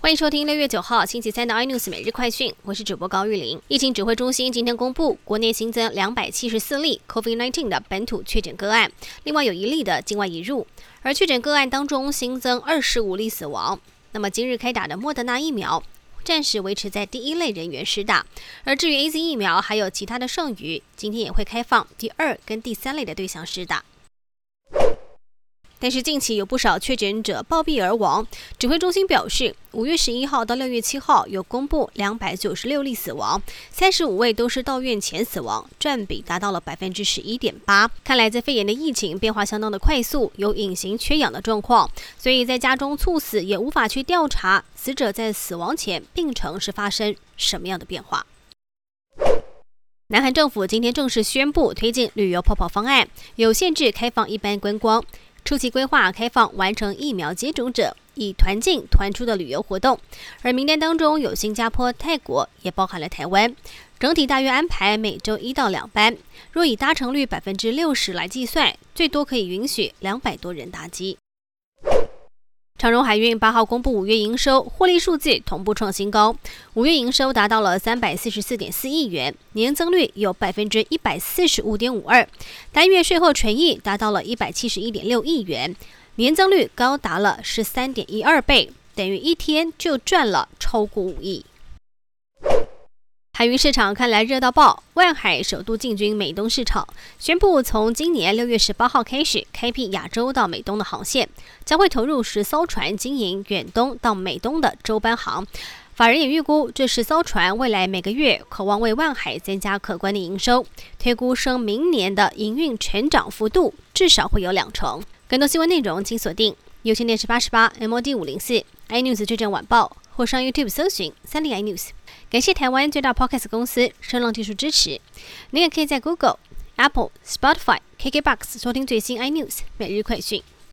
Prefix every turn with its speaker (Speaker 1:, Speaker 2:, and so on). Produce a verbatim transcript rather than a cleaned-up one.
Speaker 1: 欢迎收听六月九号星期三的 iNews 每日快讯，我是主播高玉玲。疫情指挥中心今天公布，国内新增两百七十四例 COVID 十九 的本土确诊个案，另外有一例的境外移入。而确诊个案当中新增二十五例死亡。那么今日开打的莫德纳疫苗暂时维持在第一类人员施打，而至于 A Z 疫苗还有其他的剩余，今天也会开放第二跟第三类的对象施打。但是近期有不少确诊者暴毙而亡，指挥中心表示，五月十一号到六月七号有公布两百九十六例死亡，三十五位都是到院前死亡，占比达到了百分之十一点八。看来在肺炎的疫情变化相当的快速，有隐形缺氧的状况，所以在家中猝死也无法去调查死者在死亡前病程是发生什么样的变化。南韩政府今天正式宣布推进旅游泡泡方案，有限制开放一般观光。初期规划开放完成疫苗接种者以团进团出的旅游活动，而名单当中有新加坡、泰国，也包含了台湾。整体大约安排每周一到两班，若以搭乘率百分之六十来计算，最多可以允许两百多人搭机。长荣海运八号公布五月营收，获利数字同步创新高，五月营收达到了三百四十四点四亿元，年增率有百分之一百四十五点五二，单月税后纯益达到了一百七十一点六亿元，年增率高达了十三点一二倍，等于一天就赚了超过五亿。海运市场看来热到爆，万海首度进军美东市场，宣布从今年六月十八号开始开辟亚洲到美东的航线，将会投入十艘船经营远东到美东的周班航。法人也预估，这十艘船未来每个月可望为万海增加可观的营收，推估升明年的营运成长幅度至少会有两成。更多新闻内容请锁定有线电视八十八 M O D 五零四 iNews 最正晚报，或上 YouTube 搜寻三立 iNews。感谢台湾最大 Podcast 公司声浪技术支持。您也可以在 Google、Apple、Spotify、K K B O X 收听最新 iNews 每日快讯。